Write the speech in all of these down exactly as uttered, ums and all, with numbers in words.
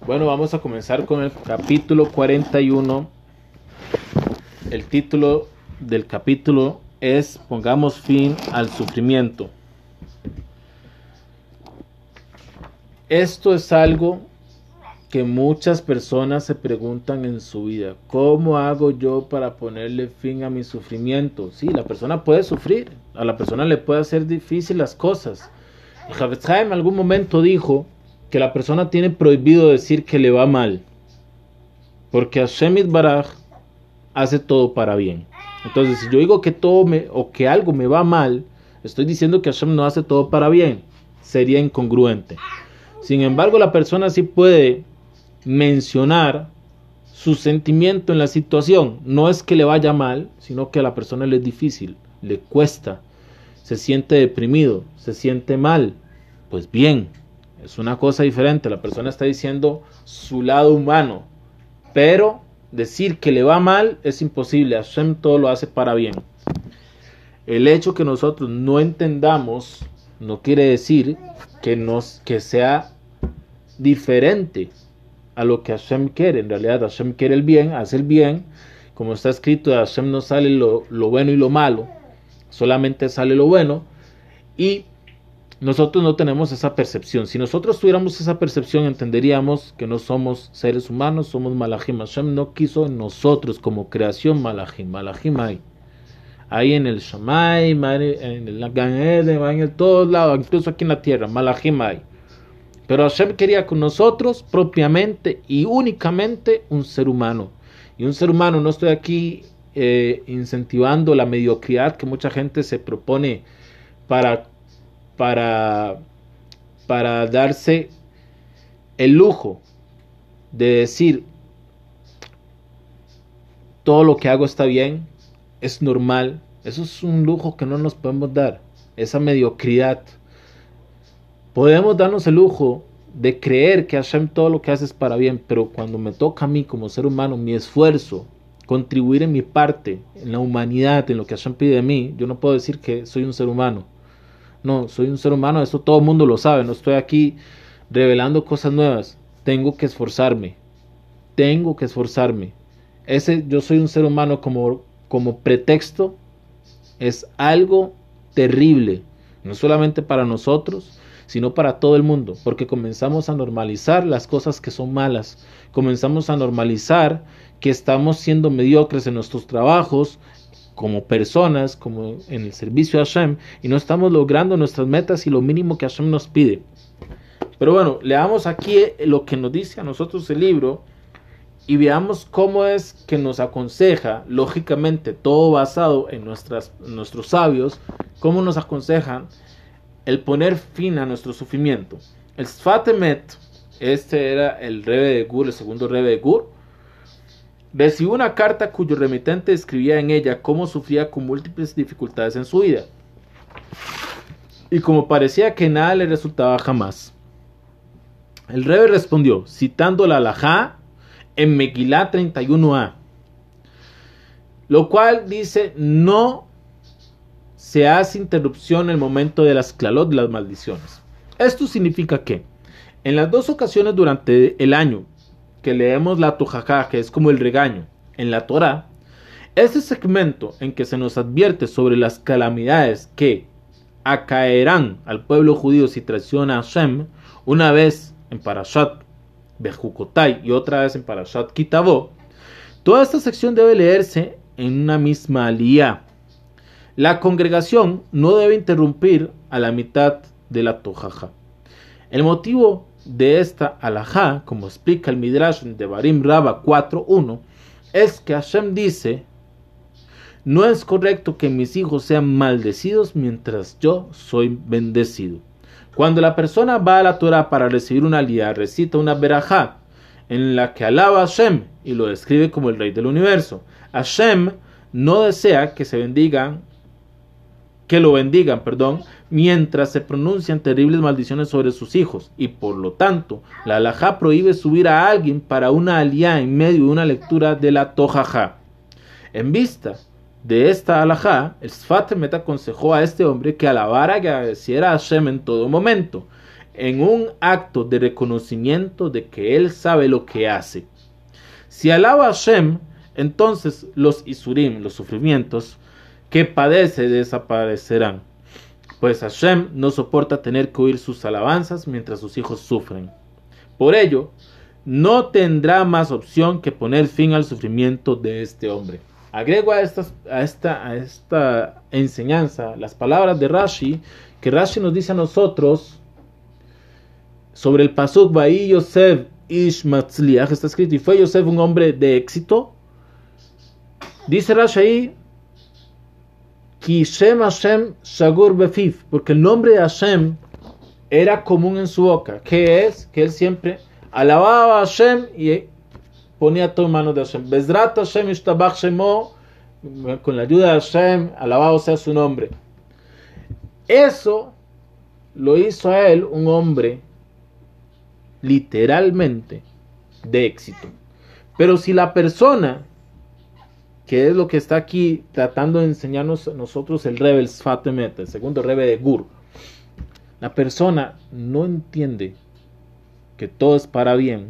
Bueno, vamos a comenzar con el capítulo cuarenta y uno. El título del capítulo es Pongamos fin al sufrimiento. Esto es algo que muchas personas se preguntan en su vida. ¿Cómo hago yo para ponerle fin a mi sufrimiento? Sí, la persona puede sufrir, a la persona le puede hacer difícil las cosas. Y Chafetz Haim en algún momento dijo que la persona tiene prohibido decir que le va mal, porque Hashem Yitbaraj hace todo para bien. Entonces, si yo digo que todo me, o que algo me va mal, estoy diciendo que Hashem no hace todo para bien. Sería incongruente. Sin embargo, la persona sí puede mencionar su sentimiento en la situación. No es que le vaya mal, sino que a la persona le es difícil, le cuesta, se siente deprimido, se siente mal. Pues bien, es una cosa diferente. La persona está diciendo su lado humano, pero decir que le va mal es imposible. Hashem todo lo hace para bien. El hecho que nosotros no entendamos no quiere decir que, nos, que sea diferente a lo que Hashem quiere. En realidad Hashem quiere el bien, hace el bien. Como está escrito, de Hashem no sale lo, lo bueno y lo malo, solamente sale lo bueno. Y nosotros no tenemos esa percepción. Si nosotros tuviéramos esa percepción, entenderíamos que no somos seres humanos, somos malajim. Hashem no quiso en nosotros como creación malajim. Malajim hay. Hay en el Shamay, en el Gan Eden, en el todos lados, incluso aquí en la tierra, malajim hay. Pero Hashem quería con nosotros propiamente y únicamente un ser humano. Y un ser humano, no estoy aquí eh, incentivando la mediocridad que mucha gente se propone para Para, para darse el lujo de decir todo lo que hago está bien, es normal. Eso es un lujo que no nos podemos dar, esa mediocridad. Podemos darnos el lujo de creer que Hashem todo lo que hace es para bien, pero cuando me toca a mí como ser humano, mi esfuerzo, contribuir en mi parte, en la humanidad, en lo que Hashem pide de mí, yo no puedo decir que soy un ser humano. No, soy un ser humano, eso todo el mundo lo sabe, no estoy aquí revelando cosas nuevas. Tengo que esforzarme, tengo que esforzarme. Ese yo soy un ser humano como, como pretexto es algo terrible, no solamente para nosotros, sino para todo el mundo, porque comenzamos a normalizar las cosas que son malas, comenzamos a normalizar que estamos siendo mediocres en nuestros trabajos, como personas, como en el servicio a Hashem, y no estamos logrando nuestras metas y lo mínimo que Hashem nos pide. Pero bueno, leamos aquí lo que nos dice a nosotros el libro y veamos cómo es que nos aconseja, lógicamente todo basado en nuestras, nuestros sabios, cómo nos aconsejan el poner fin a nuestro sufrimiento. El Sfat Emet, este era el Rebbe de Gur, el segundo Rebbe de Gur, recibió una carta cuyo remitente escribía en ella cómo sufría con múltiples dificultades en su vida. Y como parecía que nada le resultaba jamás. El Rebbe respondió, citando la halajá en Megilá treinta y uno a, lo cual dice, no se hace interrupción en el momento de las clalot, de las maldiciones. Esto significa que en las dos ocasiones durante el año que leemos la Tojajá, que es como el regaño, en la Torá, este segmento en que se nos advierte sobre las calamidades que acaerán al pueblo judío si traiciona a Hashem, una vez en Parashat Bejucotai y otra vez en Parashat Kitavó, toda esta sección debe leerse en una misma aliyá. La congregación no debe interrumpir a la mitad de la Tojajá. El motivo de esta alajá, como explica el Midrash de Devarim Rabba cuatro uno, es que Hashem dice, no es correcto que mis hijos sean maldecidos mientras yo soy bendecido. Cuando la persona va a la Torah para recibir una aliyá, recita una berajá en la que alaba a Hashem y lo describe como el rey del universo. Hashem no desea que se bendigan que lo bendigan, perdón, mientras se pronuncian terribles maldiciones sobre sus hijos, y por lo tanto, la halajá prohíbe subir a alguien para una aliyá en medio de una lectura de la Tojajá. En vista de esta halajá, el Sfat Emet aconsejó a este hombre que alabara y agradeciera a Hashem en todo momento. en un acto de reconocimiento de que él sabe lo que hace. Si alaba a Hashem, entonces los isurim, los sufrimientos que padece desaparecerán, pues Hashem no soporta tener que oír sus alabanzas mientras sus hijos sufren. Por ello, no tendrá más opción que poner fin al sufrimiento de este hombre. Agrego a, estas, a, esta, a esta enseñanza las palabras de Rashi, que Rashi nos dice a nosotros sobre el pasuk Vayi Yosef Ish Matzliach, está escrito, y fue Yosef un hombre de éxito. Dice Rashi ahí, Ki Shem Hashem Shagur Befiv, porque el nombre de Hashem era común en su boca. ¿Qué es? Que él siempre alababa a Hashem y ponía todo en manos de Hashem. Bezrat Hashem Ishtabach Shemo, con la ayuda de Hashem, alabado sea su nombre. Eso lo hizo a él un hombre literalmente de éxito. Pero si la persona, que es lo que está aquí tratando de enseñarnos a nosotros el Rebbe, el Sfat Emet, el segundo Rebbe de Gur, la persona no entiende que todo es para bien,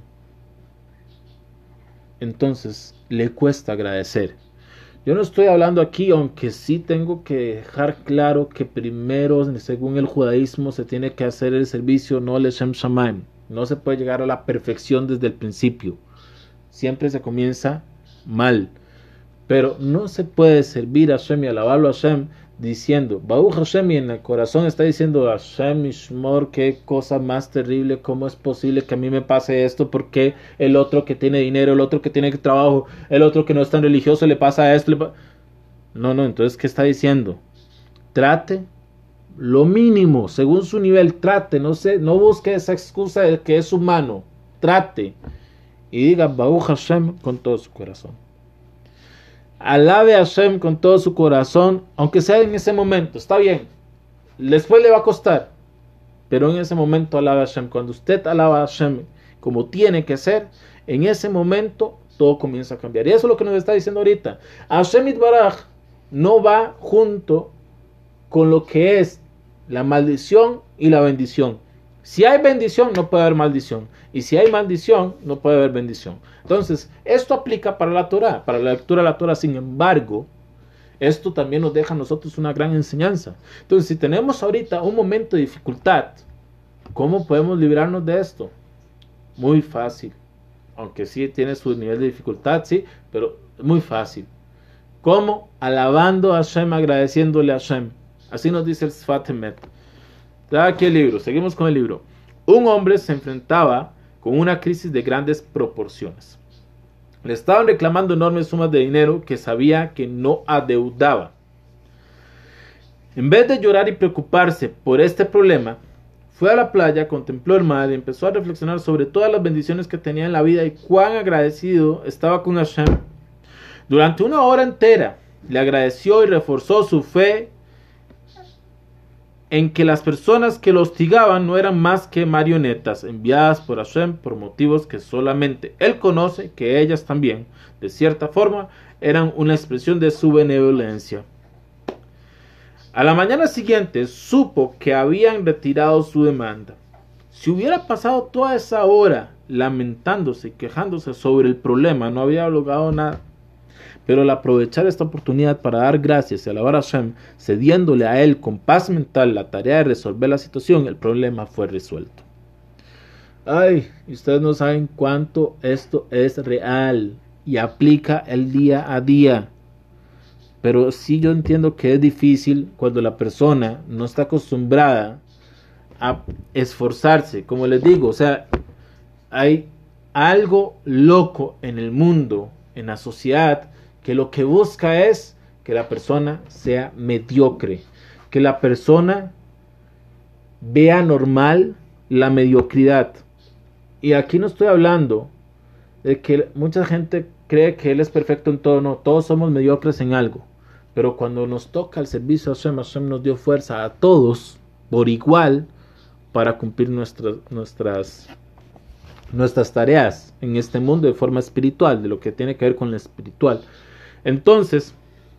entonces le cuesta agradecer. Yo no estoy hablando aquí, aunque sí tengo que dejar claro que primero, según el judaísmo, se tiene que hacer el servicio no leshem shamaim. No se puede llegar a la perfección desde el principio. Siempre se comienza mal. Pero no se puede servir a Hashem y alabarlo a Hashem diciendo, Baruch Hashem, y en el corazón está diciendo, Hashem Ishmor, qué cosa más terrible, cómo es posible que a mí me pase esto, porque el otro que tiene dinero, el otro que tiene trabajo, el otro que no es tan religioso le pasa esto. Le pa-. No, no, entonces, ¿qué está diciendo? Trate lo mínimo, según su nivel, trate, no sé, no busque esa excusa de que es humano, trate y diga Baruch Hashem con todo su corazón. Alabe a Hashem con todo su corazón, aunque sea en ese momento, está bien, después le va a costar, pero en ese momento alabe a Hashem. Cuando usted alaba a Hashem como tiene que ser, en ese momento todo comienza a cambiar. Y eso es lo que nos está diciendo ahorita. Hashem Yitbaraj no va junto con lo que es la maldición y la bendición. Si hay bendición, no puede haber maldición. Y si hay maldición, no puede haber bendición. Entonces, esto aplica para la Torah, para la lectura de la Torah. Sin embargo, esto también nos deja a nosotros una gran enseñanza. Entonces, si tenemos ahorita un momento de dificultad, ¿cómo podemos librarnos de esto? Muy fácil. Aunque sí tiene su nivel de dificultad, sí, pero muy fácil. ¿Cómo? Alabando a Hashem, agradeciéndole a Hashem. Así nos dice el Sfat Emet. Está aquí el libro, seguimos con el libro. Un hombre se enfrentaba con una crisis de grandes proporciones. Le estaban reclamando enormes sumas de dinero que sabía que no adeudaba. En vez de llorar y preocuparse por este problema, fue a la playa, contempló el mar y empezó a reflexionar sobre todas las bendiciones que tenía en la vida y cuán agradecido estaba con Hashem. Durante una hora entera le agradeció y reforzó su fe en que las personas que lo hostigaban no eran más que marionetas enviadas por Hashem por motivos que solamente él conoce, que ellas también, de cierta forma, eran una expresión de su benevolencia. A la mañana siguiente supo que habían retirado su demanda. Si hubiera pasado toda esa hora lamentándose y quejándose sobre el problema, no había logrado nada. Pero al aprovechar esta oportunidad para dar gracias y alabar a Hashem, cediéndole a él con paz mental la tarea de resolver la situación, el problema fue resuelto. Ay, ustedes no saben cuánto esto es real y aplica el día a día. Pero sí yo entiendo que es difícil cuando la persona no está acostumbrada a esforzarse. Como les digo, o sea, hay algo loco en el mundo, en la sociedad, que lo que busca es que la persona sea mediocre, que la persona vea normal la mediocridad. Y aquí no estoy hablando de que mucha gente cree que él es perfecto en todo, no, todos somos mediocres en algo, pero cuando nos toca el servicio a Hashem, Hashem nos dio fuerza a todos por igual para cumplir nuestras, nuestras, nuestras tareas en este mundo de forma espiritual, de lo que tiene que ver con lo espiritual. Entonces,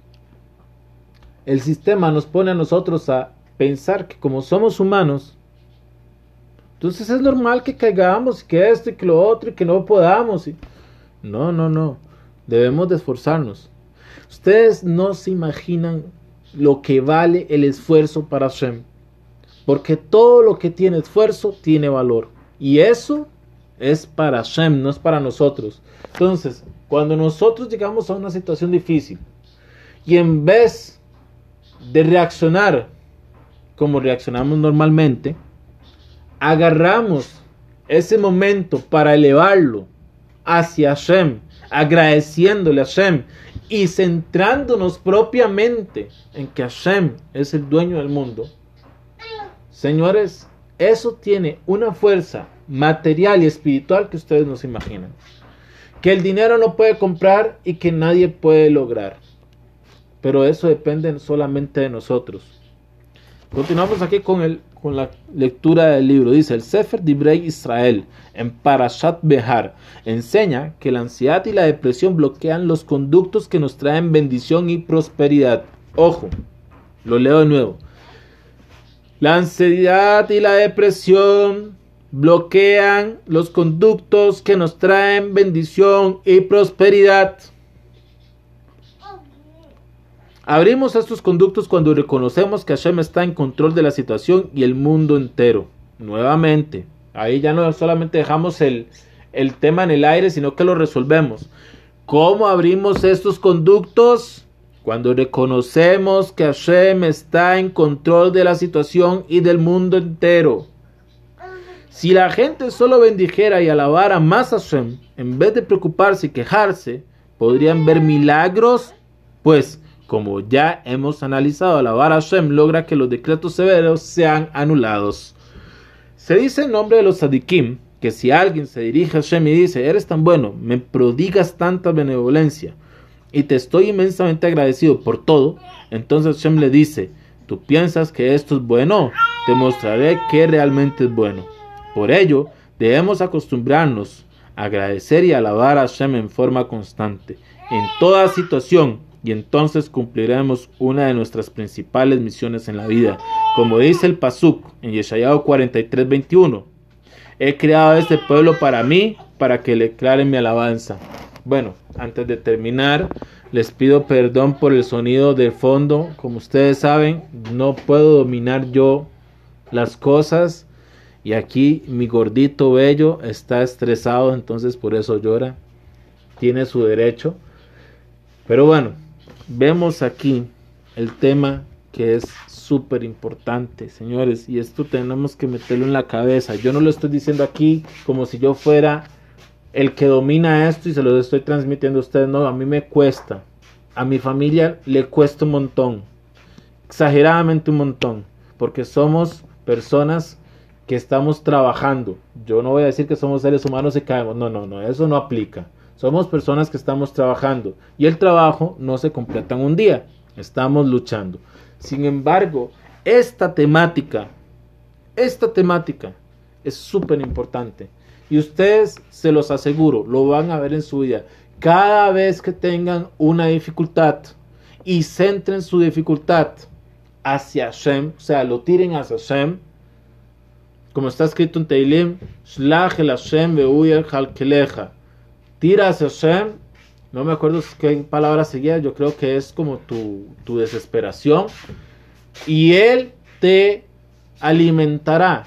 el sistema nos pone a nosotros a pensar que como somos humanos, Entonces es normal que caigamos, que esto y que lo otro y que no podamos. Y... No, no, no. Debemos de esforzarnos. Ustedes no se imaginan lo que vale el esfuerzo para Hashem. Porque todo lo que tiene esfuerzo tiene valor. Y eso es para Hashem, no es para nosotros. Entonces, cuando nosotros llegamos a una situación difícil y en vez de reaccionar como reaccionamos normalmente, agarramos ese momento para elevarlo hacia Hashem, agradeciéndole a Hashem y centrándonos propiamente en que Hashem es el dueño del mundo. Señores, eso tiene una fuerza material y espiritual que ustedes no se imaginan, que el dinero no puede comprar y que nadie puede lograr, pero eso depende solamente de nosotros. Continuamos aquí con, el, con la lectura del libro. Dice: el Sefer Divrei Israel en Parashat Behar enseña que la ansiedad y la depresión bloquean los conductos que nos traen bendición y prosperidad. Ojo, lo leo de nuevo. La ansiedad y la depresión bloquean los conductos que nos traen bendición y prosperidad. Abrimos estos conductos cuando reconocemos que Hashem está en control de la situación y el mundo entero. Nuevamente, ahí ya no solamente dejamos el, el tema en el aire, sino que lo resolvemos. ¿Cómo abrimos estos conductos? Cuando reconocemos que Hashem está en control de la situación y del mundo entero. Si la gente solo bendijera y alabara más a Hashem, en vez de preocuparse y quejarse, podrían ver milagros, pues, como ya hemos analizado, alabar a Hashem logra que los decretos severos sean anulados. Se dice en nombre de los tzadikim que si alguien se dirige a Hashem y dice: eres tan bueno, me prodigas tanta benevolencia y te estoy inmensamente agradecido por todo, entonces Hashem le dice: tú piensas que esto es bueno, te mostraré que realmente es bueno. Por ello, debemos acostumbrarnos a agradecer y alabar a Hashem en forma constante, en toda situación, y entonces cumpliremos una de nuestras principales misiones en la vida. Como dice el Pasuk en Yeshayahu cuarenta y tres, veintiuno: he creado a este pueblo para mí, para que le declaren mi alabanza. Bueno, antes de terminar, les pido perdón por el sonido de fondo. Como ustedes saben, no puedo dominar yo las cosas. Y aquí mi gordito bello está estresado, entonces por eso llora. Tiene su derecho. Pero bueno, vemos aquí el tema que es súper importante, señores. Y esto tenemos que meterlo en la cabeza. Yo no lo estoy diciendo aquí como si yo fuera el que domina esto y se lo estoy transmitiendo a ustedes. No, a mí me cuesta. A mi familia le cuesta un montón. Exageradamente un montón. Porque somos personas que estamos trabajando. Yo no voy a decir que somos seres humanos y caemos. No, no, no. Eso no aplica. Somos personas que estamos trabajando. Y el trabajo no se completa en un día. Estamos luchando. Sin embargo, esta temática, esta temática es súper importante. Y ustedes, se los aseguro, lo van a ver en su vida. Cada vez que tengan una dificultad y centren su dificultad hacia Hashem, o sea, lo tiren hacia Hashem, como está escrito en Teilim, Shlach el Hashem ve'uyel halkeleja. Tira hacia Hashem, no me acuerdo qué palabra seguía, yo creo que es como tu, tu desesperación, y Él te alimentará.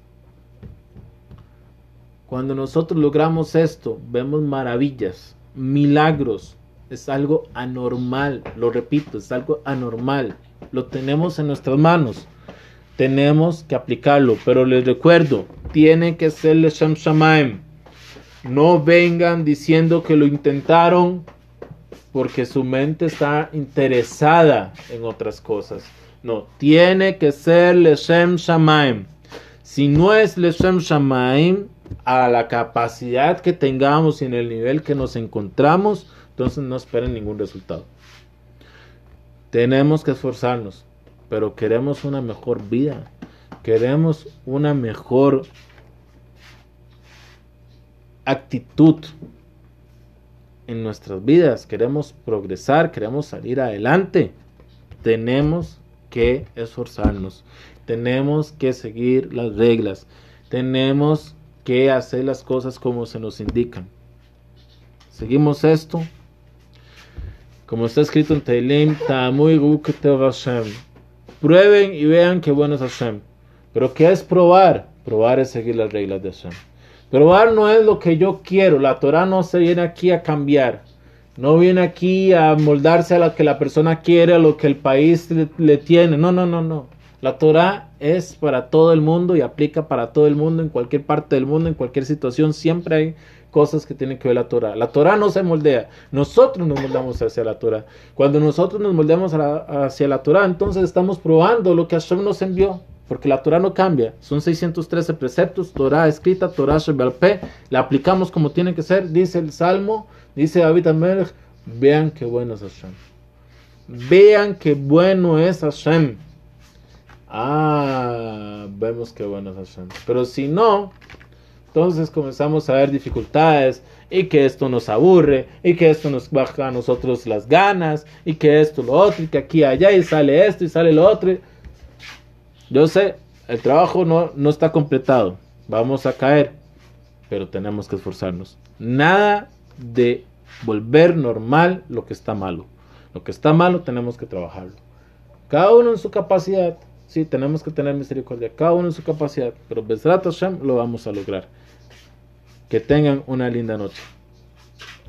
Cuando nosotros logramos esto, vemos maravillas, milagros. Es algo anormal, lo repito, es algo anormal. Lo tenemos en nuestras manos. Tenemos que aplicarlo, pero les recuerdo, tiene que ser Leshem Shamaim. No vengan diciendo que lo intentaron porque su mente está interesada en otras cosas. No, tiene que ser Leshem Shamaim. Si no es Leshem Shamaim, a la capacidad que tengamos y en el nivel que nos encontramos, entonces no esperen ningún resultado. Tenemos que esforzarnos, pero queremos una mejor vida, queremos una mejor actitud en nuestras vidas, queremos progresar, queremos salir adelante. Tenemos que esforzarnos, tenemos que seguir las reglas, Tenemos que hacer las cosas como se nos indican. Seguimos esto. Como está escrito en Teilim, Ta'amu Hashem. Prueben y vean qué bueno es Hashem. Pero ¿qué es probar? Probar es seguir las reglas de Hashem. Probar no es lo que yo quiero. La Torah no se viene aquí a cambiar. No viene aquí a moldarse a lo que la persona quiere, a lo que el país le, le tiene. No, no, no, no. La Torah es para todo el mundo y aplica para todo el mundo, en cualquier parte del mundo, en cualquier situación. Siempre hay cosas que tienen que ver la Torah. La Torah no se moldea. Nosotros nos moldamos hacia la Torah. Cuando nosotros nos moldeamos a la, hacia la Torah, entonces estamos probando lo que Hashem nos envió. Porque la Torah no cambia. Son seiscientos trece preceptos. Torah escrita, Torah Shebal Peh. La aplicamos como tiene que ser. Dice el Salmo, dice David Amelech. Vean qué bueno es Hashem. Vean qué bueno es Hashem. Ah, vemos qué bueno es Hashem. Pero si no, entonces comenzamos a ver dificultades, y que esto nos aburre, y que esto nos baja a nosotros las ganas, y que esto, lo otro, y que aquí, allá, y sale esto, y sale lo otro. Yo sé, el trabajo no, no está completado, vamos a caer, pero tenemos que esforzarnos. Nada de volver normal lo que está malo. Lo que está malo tenemos que trabajarlo. Cada uno en su capacidad. Sí, tenemos que tener misericordia, cada uno en su capacidad, pero Bezrat Hashem lo vamos a lograr. Que tengan una linda noche.